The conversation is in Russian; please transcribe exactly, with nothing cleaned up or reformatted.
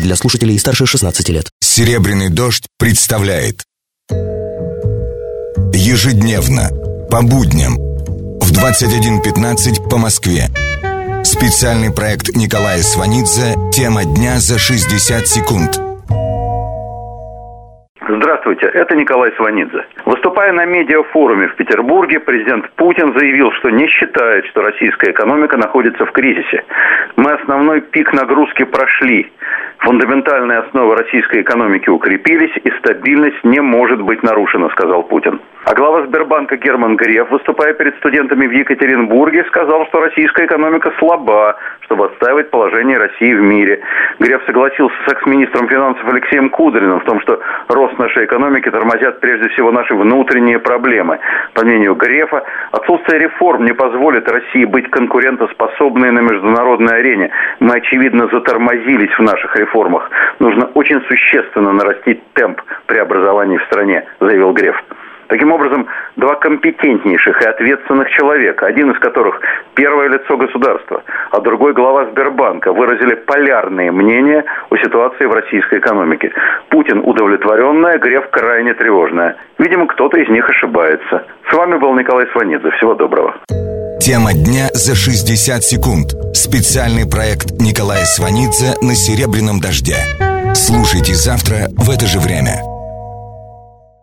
для слушателей старше шестнадцати лет. «Серебряный дождь» представляет ежедневно, по будням, в двадцать один пятнадцать по Москве. Специальный проект Николая Сванидзе «Тема дня за шестьдесят секунд». Здравствуйте, это Николай Сванидзе. Выступая на медиафоруме в Петербурге, президент Путин заявил, что не считает, что российская экономика находится в кризисе. Мы основной пик нагрузки прошли. Фундаментальные основы российской экономики укрепились, и стабильность не может быть нарушена, сказал Путин. А глава Сбербанка Герман Греф, выступая перед студентами в Екатеринбурге, сказал, что российская экономика слаба, чтобы отстаивать положение России в мире. Греф согласился с экс-министром финансов Алексеем Кудриным в том, что рост нашей экономики тормозят прежде всего наши внутренние проблемы. По мнению Грефа, отсутствие реформ не позволит России быть конкурентоспособной на международной арене. Мы, очевидно, затормозились в наших реформах. Нужно очень существенно нарастить темп преобразований в стране, заявил Греф. Таким образом, два компетентнейших и ответственных человека, один из которых первое лицо государства, а другой глава Сбербанка, выразили полярные мнения о ситуации в российской экономике. Путин удовлетворенная, Греф крайне тревожная. Видимо, кто-то из них ошибается. С вами был Николай Сванидзе. Всего доброго. Тема дня за шестьдесят секунд. Специальный проект Николая Сванидзе на «Серебряном дожде». Слушайте завтра в это же время.